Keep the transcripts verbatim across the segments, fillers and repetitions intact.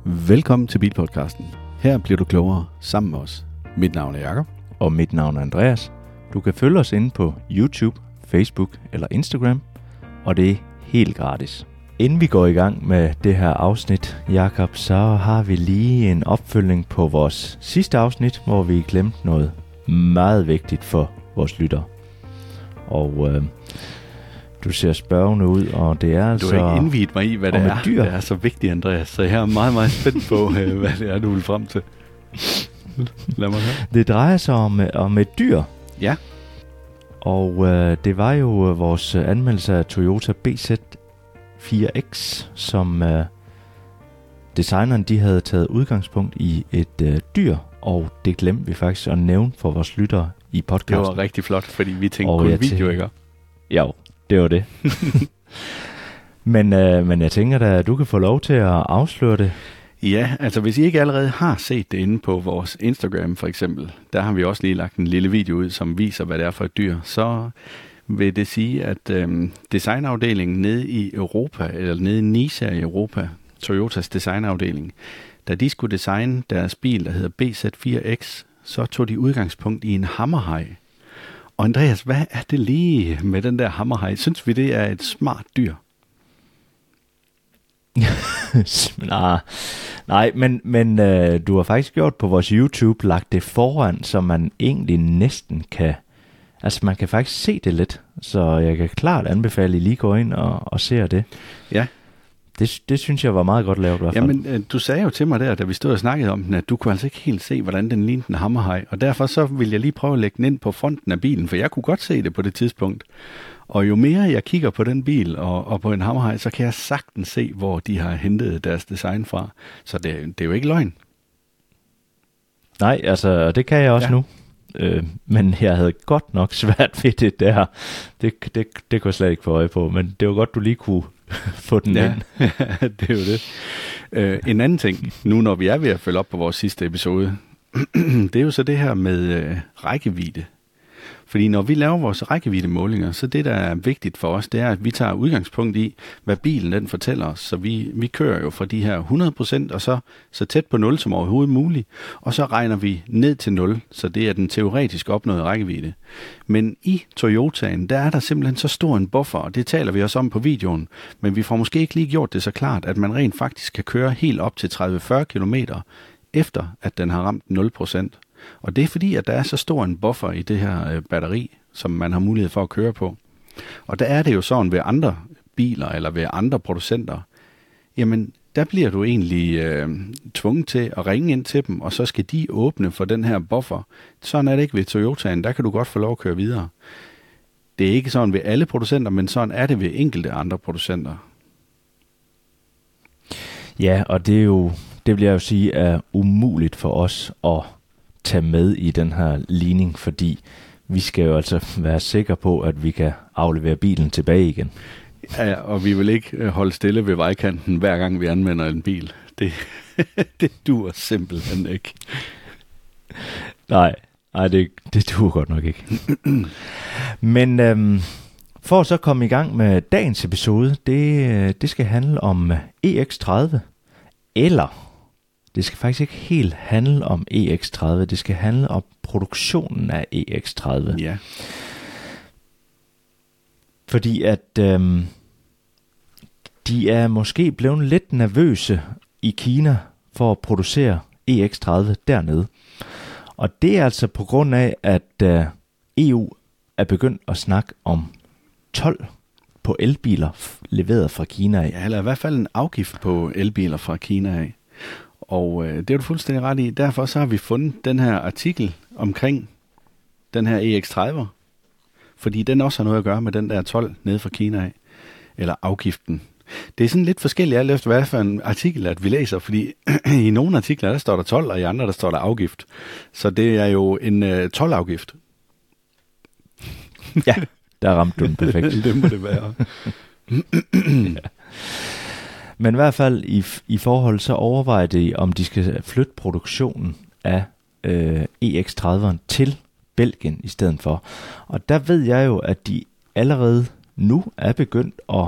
Velkommen til Bilpodcasten. Her bliver du klogere sammen med os. Mit navn er Jakob. Og mit navn er Andreas. Du kan følge os inde på YouTube, Facebook eller Instagram, og det er helt gratis. Inden vi går i gang med det her afsnit, Jakob, så har vi lige en opfølgning på vores sidste afsnit, hvor vi glemte noget meget vigtigt for vores lyttere. Og øh, du ser spørgende ud, og det er altså... Du har ikke indviet mig i, hvad det er, dyr. det er så vigtigt, Andreas. Så jeg er meget, meget spændt på, hvad det er, du vil frem til. Lad mig høre. Det drejer sig om, om et dyr. Ja. Og øh, det var jo vores anmeldelse af Toyota B Z fire X, som øh, designeren de havde taget udgangspunkt i et øh, dyr, og det glemte vi faktisk at nævne for vores lyttere i podcasten. Det var rigtig flot, fordi vi tænkte og kun jeg video, tænkte, ikke? Jo, det var det. men, øh, men jeg tænker da, at du kan få lov til at afsløre det. Ja, altså hvis I ikke allerede har set det inde på vores Instagram for eksempel, der har vi også lige lagt en lille video ud, som viser, hvad det er for et dyr, så vil det sige, at øhm, designafdelingen nede i Europa, eller nede i Nice i Europa, Toyotas designafdeling, da de skulle designe deres bil, der hedder B Z fire X, så tog de udgangspunkt i en hammerhaj. Og Andreas, hvad er det lige med den der hammerhaj? Synes vi, det er et smart dyr? nej, nej, men, men øh, du har faktisk gjort på vores YouTube, lagt det foran, så man egentlig næsten kan, altså man kan faktisk se det lidt, så jeg kan klart anbefale, at I lige går ind og, og ser det. Ja. Det, det synes jeg var meget godt lavet i hvert fald. Jamen, øh, du sagde jo til mig der, da vi stod og snakkede om den, at du kunne altså ikke helt se, hvordan den lignede en hammerhaj, og derfor så vil jeg lige prøve at lægge den ind på fronten af bilen, for jeg kunne godt se det på det tidspunkt. Og jo mere jeg kigger på den bil og, og på en hammerhaj, så kan jeg sagtens se, hvor de har hentet deres design fra. Så det, det er jo ikke løgn. Nej, altså det kan jeg også ja. nu. Øh, men jeg havde godt nok svært ved det der. Det, det, det kunne jeg slet ikke få øje på, men det var godt, du lige kunne få den ja. ind. Det er jo det. Øh, en anden ting, nu når vi er ved at følge op på vores sidste episode, det er jo så det her med øh, rækkevidde. Fordi når vi laver vores rækkeviddemålinger, så det, der er vigtigt for os, det er, at vi tager udgangspunkt i, hvad bilen den fortæller os. Så vi, vi kører jo fra de her hundrede procent, og så, så tæt på nul som overhovedet muligt. Og så regner vi ned til nul, så det er den teoretisk opnåede rækkevidde. Men i Toyotaen, der er der simpelthen så stor en buffer, og det taler vi også om på videoen. Men vi får måske ikke lige gjort det så klart, at man rent faktisk kan køre helt op til tredive til fyrre kilometer, efter at den har ramt nul procent. Og det er fordi, at der er så stor en buffer i det her øh, batteri, som man har mulighed for at køre på. Og der er det jo sådan ved andre biler eller ved andre producenter, jamen der bliver du egentlig øh, tvunget til at ringe ind til dem, og så skal de åbne for den her buffer. Sådan er det ikke ved Toyotaen, der kan du godt få lov at køre videre. Det er ikke sådan ved alle producenter, men sådan er det ved enkelte andre producenter. Ja, og det er jo, det vil jeg jo sige, er umuligt for os at tage med i den her ligning, fordi vi skal jo altså være sikre på, at vi kan aflevere bilen tilbage igen. Ja, og vi vil ikke holde stille ved vejkanten, hver gang vi anvender en bil. Det, det duer simpelthen ikke. Nej, nej det, det duer godt nok ikke. Men øhm, for at så komme i gang med dagens episode, det, det skal handle om E X tredive, eller det skal faktisk ikke helt handle om E X tredive, det skal handle om produktionen af E X tredive. Ja. Fordi at øhm, de er måske blevet lidt nervøse i Kina for at producere E X tredive dernede. Og det er altså på grund af, at øh, E U er begyndt at snakke om told på elbiler leveret fra Kina af. Ja, eller i hvert fald en afgift på elbiler fra Kina af. Og øh, det er du fuldstændig ret i. Derfor så har vi fundet den her artikel omkring den her E X tredive. Fordi den også har noget at gøre med den der told nede fra Kina af. Eller afgiften. Det er sådan lidt forskelligt alt efter, hvad for en artikel at vi læser. Fordi i nogle artikler der står der told, og i andre der står der afgift. Så det er jo en øh, toldafgift. Ja, der ramte du den perfekt. Det må det være. Ja. Men i hvert fald i, i forhold så overvejer de, om de skal flytte produktionen af øh, E X tredive'eren til Belgien i stedet for. Og der ved jeg jo, at de allerede nu er begyndt at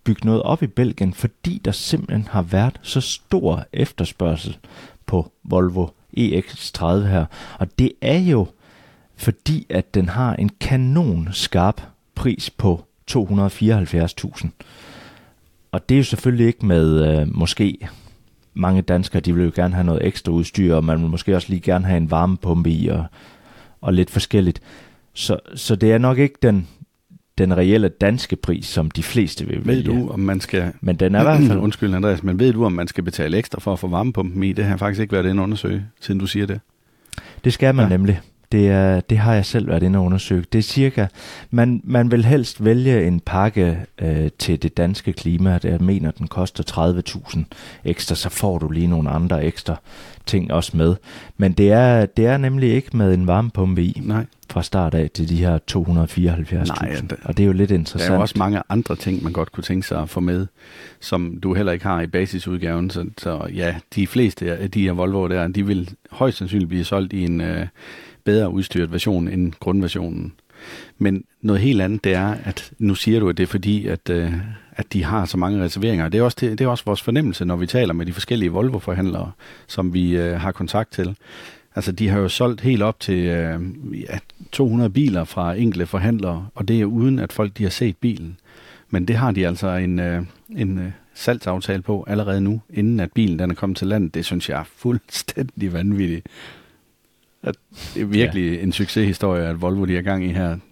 bygge noget op i Belgien, fordi der simpelthen har været så stor efterspørgsel på Volvo E X tredive her. Og det er jo fordi, at den har en kanon skarp pris på to hundrede og fireoghalvfjerds tusind. Og det er jo selvfølgelig ikke med øh, måske mange danskere, de vil jo gerne have noget ekstra udstyr, og man vil måske også lige gerne have en varmepumpe i, og, og lidt forskelligt. Så, så det er nok ikke den, den reelle danske pris, som de fleste vil vælge. Ved du, om man skal... Men den er i hvert fald... Undskyld, Andreas, men ved du, om man skal betale ekstra for at få varmepumpen i? Det har faktisk ikke været inde at undersøge, siden du siger det. Det skal man ja. nemlig. Det, er, det har jeg selv været inde og undersøge. Det er cirka, man, man vil helst vælge en pakke øh, til det danske klima, der jeg mener, den koster tredive tusind ekstra, så får du lige nogle andre ekstra ting også med. Men det er, det er nemlig ikke med en varmepumpe i. Nej. Fra start af til de her to hundrede og fireoghalvfjerds tusind. Nej, og det er jo lidt interessant. Der er jo også mange andre ting, man godt kunne tænke sig at få med, som du heller ikke har i basisudgaven. Så, så ja, de fleste af de her Volvo der, de vil højst sandsynligt blive solgt i en øh, bedre udstyret version end grundversionen. Men noget helt andet, det er, at nu siger du, at det er fordi, at, øh, at de har så mange reserveringer. Det er, også, det, det er også vores fornemmelse, når vi taler med de forskellige Volvo-forhandlere, som vi øh, har kontakt til. Altså, de har jo solgt helt op til øh, ja, to hundrede biler fra enkelte forhandlere, og det er uden, at folk de har set bilen. Men det har de altså en, øh, en øh, salgsaftale på allerede nu, inden at bilen den er kommet til landet. Det synes jeg er fuldstændig vanvittigt. At det er virkelig ja. en succeshistorie, at Volvo de er gang i her.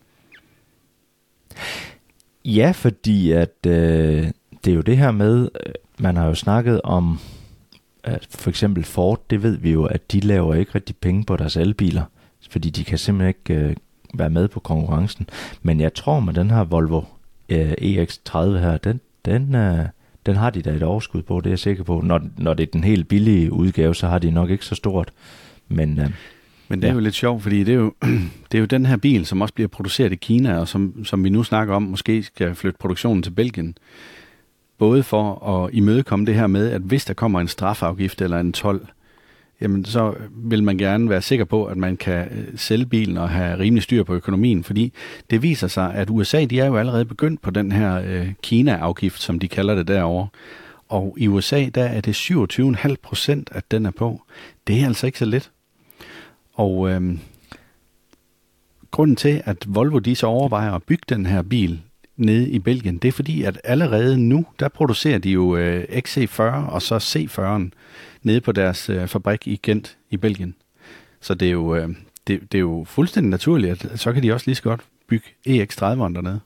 Ja, fordi at øh, det er jo det her med, man har jo snakket om, at for eksempel Ford, det ved vi jo, at de laver ikke rigtig penge på deres elbiler, fordi de kan simpelthen ikke øh, være med på konkurrencen. Men jeg tror, med den her Volvo øh, E X tredive her, den, den, øh, den har de da et overskud på, det er jeg sikker på. Når, når det er den helt billige udgave, så har de nok ikke så stort. Men, øh, Men det er ja. jo lidt sjovt, fordi det er jo, det er jo den her bil, som også bliver produceret i Kina, og som, som vi nu snakker om, måske skal flytte produktionen til Belgien. Både for at imødekomme det her med, at hvis der kommer en strafafgift eller en told, jamen så vil man gerne være sikker på, at man kan sælge bilen og have rimelig styr på økonomien, fordi det viser sig, at U S A, de er jo allerede begyndt på den her øh, Kina-afgift, som de kalder det derovre. Og i U S A, der er det syvogtyve komma fem procent, at den er på. Det er altså ikke så lidt. Og øh, grunden til, at Volvo de så overvejer at bygge den her bil nede i Belgien, det er fordi, at allerede nu, der producerer de jo øh, X C fyrre og så C fyrre nede på deres øh, fabrik i Gent i Belgien. Så det er jo, øh, det, det er jo fuldstændig naturligt, at så kan de også lige så godt bygge E X tredive dernede.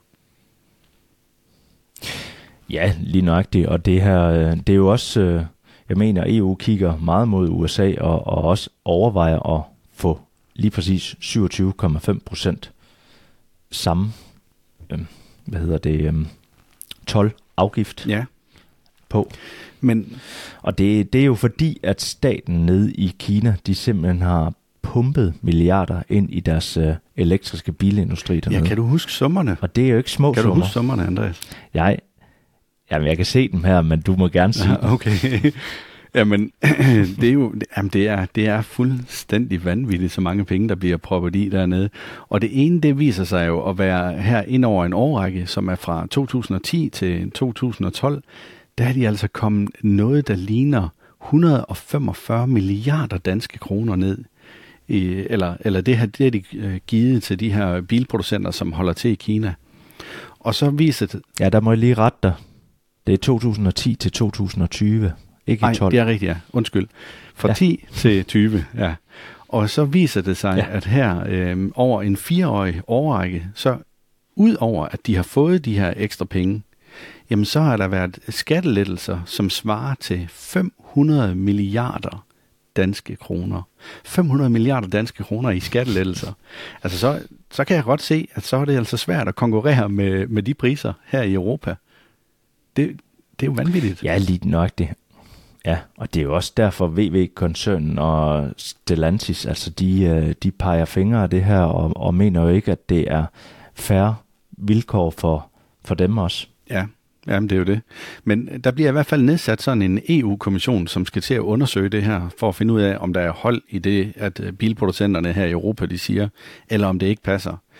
Ja, lige nøjagtigt, og det her, øh, det er jo også, øh, jeg mener, E U kigger meget mod U S A og, og også overvejer at få lige præcis syvogtyve komma fem procent samme, øh, hvad hedder det, øh, toldafgift ja. på. Men, og det, det er jo fordi, at staten nede i Kina, de simpelthen har pumpet milliarder ind i deres øh, elektriske bilindustri dernede. Ja, kan du huske summerne? Og det er jo ikke små kan summer. Kan du huske summerne, Andreas? Jeg, jamen, jeg kan se dem her, men du må gerne sige ja, okay. Jamen, det er jo jamen det er, det er fuldstændig vanvittigt, så mange penge, der bliver proppet i dernede. Og det ene, det viser sig jo at være her ind over en årrække, som er fra to tusind og ti til to tusind og tolv. Der er de altså kommet noget, der ligner et hundrede og femogfyrre milliarder danske kroner ned. I, eller, eller det, her, det er de givet til de her bilproducenter, som holder til i Kina. Og så viser det... Ja, der må jeg lige rette dig. Det er to tusind og ti til to tusind og tyve. Ikke Nej, i tolv. Det er rigtigt, ja. Undskyld. Fra ja. ti til tyve, ja. Og så viser det sig, ja. at her øh, over en fireårig årrække, så ud over at de har fået de her ekstra penge, jamen så har der været skattelettelser, som svarer til fem hundrede milliarder danske kroner. fem hundrede milliarder danske kroner i skattelettelser. Altså så, så kan jeg godt se, at så er det altså svært at konkurrere med, med de priser her i Europa. Det, det er jo vanvittigt. Ja, lige nok det. Ja, og det er jo også derfor V W-koncernen og Stellantis, altså de, de peger fingre af det her, og, og mener jo ikke, at det er fair vilkår for, for dem også. Ja, jamen det er jo det. Men der bliver i hvert fald nedsat sådan en E U-kommission, som skal til at undersøge det her, for at finde ud af, om der er hold i det, at bilproducenterne her i Europa, de siger, eller om det ikke passer.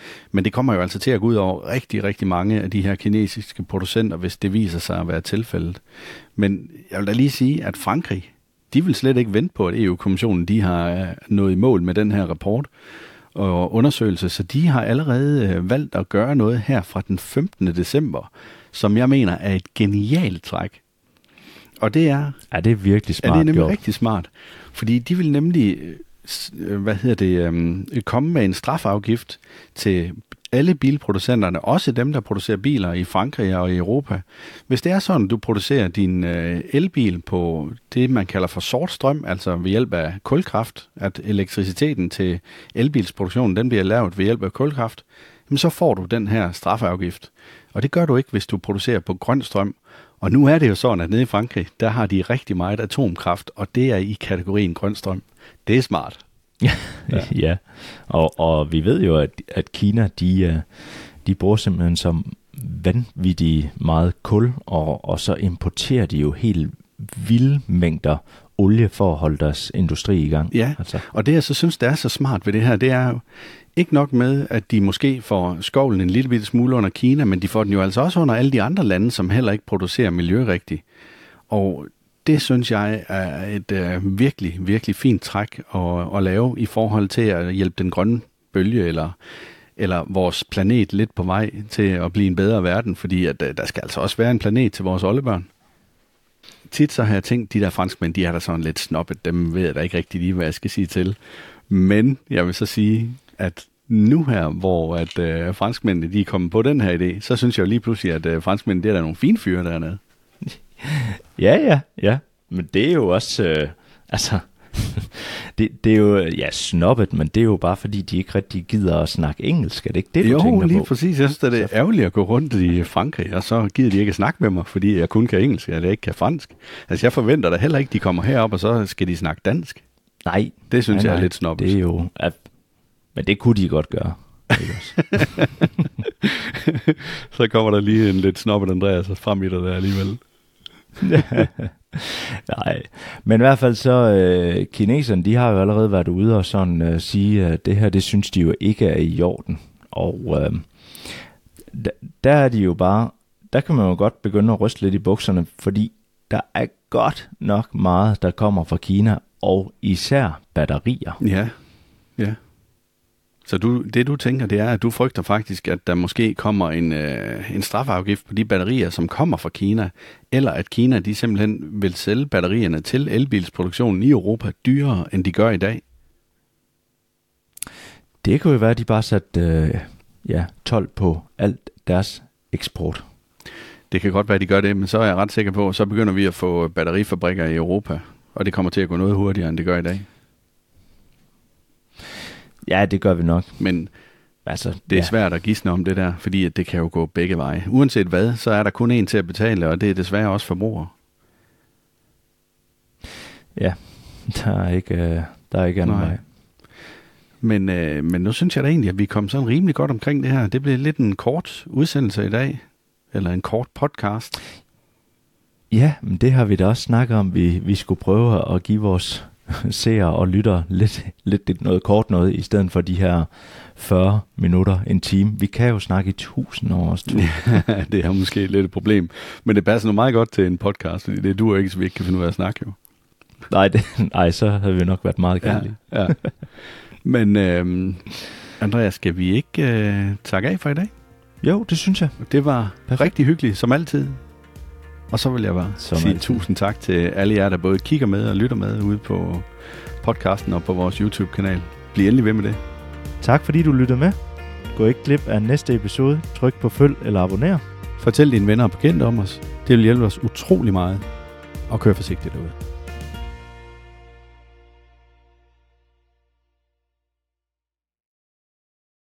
Men det kommer jo altså til at gå ud over rigtig, rigtig mange af de her kinesiske producenter, hvis det viser sig at være tilfældet. Men jeg vil da lige sige, at Frankrig, de vil slet ikke vente på, at E U-kommissionen de har nået i mål med den her rapport og undersøgelse, så de har allerede valgt at gøre noget her fra den femtende december, som jeg mener er et genialt træk. Og det er... Ja, det er virkelig smart. Ja, det er nemlig gjort. rigtig smart. Fordi de vil nemlig, hvad hedder det, um, komme med en strafafgift til alle bilproducenterne, også dem, der producerer biler i Frankrig og i Europa. Hvis det er sådan, du producerer din øh, elbil på det, man kalder for sort strøm, altså ved hjælp af kulkraft, at elektriciteten til elbilsproduktionen, den bliver lavet ved hjælp af kulkraft, jamen så får du den her strafafgift. Og det gør du ikke, hvis du producerer på grøn strøm. Og nu er det jo sådan, at nede i Frankrig, der har de rigtig meget atomkraft, og det er i kategorien grøn strøm. Det er smart. Ja, ja. Og, og vi ved jo, at, at Kina, de, de bruger simpelthen som vanvittigt meget kul, og, og så importerer de jo helt vilde mængder olie for at holde deres industri i gang. Ja, altså. Og det jeg så synes, der er så smart ved det her, det er jo ikke nok med, at de måske får skovlen en lille bitte smule under Kina, men de får den jo altså også under alle de andre lande, som heller ikke producerer miljørigtigt. Og det synes jeg er et øh, virkelig, virkelig fint træk at, at lave i forhold til at hjælpe den grønne bølge eller, eller vores planet lidt på vej til at blive en bedre verden, fordi at, øh, der skal altså også være en planet til vores oldebørn. Tit så har jeg tænkt, de der franskmænd, de er der sådan lidt snobbet, dem ved jeg da ikke rigtig lige, hvad jeg skal sige til. Men jeg vil så sige, at nu her, hvor at, øh, franskmændene de er kommet på den her idé, så synes jeg jo lige pludselig, at øh, franskmændene, det er der nogle fine fyre dernede. Ja, ja, ja. Men det er jo også, øh, altså, det, det er jo, ja, snobbet, men det er jo bare fordi, de ikke rigtig gider at snakke engelsk. Er det ikke det, du jo, tænker på? Jo, lige præcis. Jeg synes, det er ærgerligt at gå rundt i Frankrig, og så gider de ikke at snakke med mig, fordi jeg kun kan engelsk, og jeg ikke kan fransk. Altså, jeg forventer da heller ikke, de kommer herop, og så skal de snakke dansk. Nej. Det synes nej, jeg er nej, lidt snobbet. Det er jo, at, men det kunne de godt gøre. Så kommer der lige en lidt snobbet Andreas frem i dig der alligevel. Nej, men i hvert fald så øh, kineserne, de har jo allerede været ude og sådan øh, sige, at det her, det synes de jo ikke er i orden. Og øh, der, der er de jo bare, der kan man jo godt begynde at ryste lidt i bukserne, fordi der er godt nok meget, der kommer fra Kina, og især batterier. Ja, ja. Så du, det du tænker, det er, at du frygter faktisk, at der måske kommer en, øh, en strafafgift på de batterier, som kommer fra Kina, eller at Kina de simpelthen vil sælge batterierne til elbilsproduktionen i Europa dyrere, end de gør i dag? Det kunne jo være, at de bare satte øh, ja, told på alt deres eksport. Det kan godt være, at de gør det, men så er jeg ret sikker på, at så begynder vi at få batterifabrikker i Europa, og det kommer til at gå noget hurtigere, end det gør i dag. Ja, det gør vi nok. Men altså, det er ja. svært at gisne om det der, fordi at det kan jo gå begge veje. Uanset hvad, så er der kun en til at betale, og det er desværre også forbrugere. Ja, der er ikke, øh, der er ikke anden Nej. vej. Men, øh, men nu synes jeg da egentlig, at vi kom sådan rimelig godt omkring det her. Det blev lidt en kort udsendelse i dag, eller en kort podcast. Ja, men det har vi da også snakket om. Vi, vi skulle prøve at give vores seere og lyttere lidt, lidt noget kort noget, i stedet for de her fyrre minutter, en time. Vi kan jo snakke i tusind års tur. Ja, det er måske lidt et problem. Men det passer nu meget godt til en podcast, fordi det duer ikke, så vi ikke kan finde ud af at snakke jo. Nej, det, nej så havde vi nok været meget kærlige. Ja, ja. Men øh, Andreas, skal vi ikke øh, takke af for i dag? Jo, det synes jeg. Det var Perfekt. rigtig hyggeligt, som altid. Og så vil jeg bare som sige altid. Tusind tak til alle jer, der både kigger med og lytter med ude på podcasten og på vores YouTube-kanal. Bliv endelig ved med det. Tak fordi du lyttede med. Gå ikke glip af næste episode. Tryk på følg eller abonner. Fortæl dine venner og bekendte om os. Det vil hjælpe os utrolig meget. Og kør forsigtigt derude.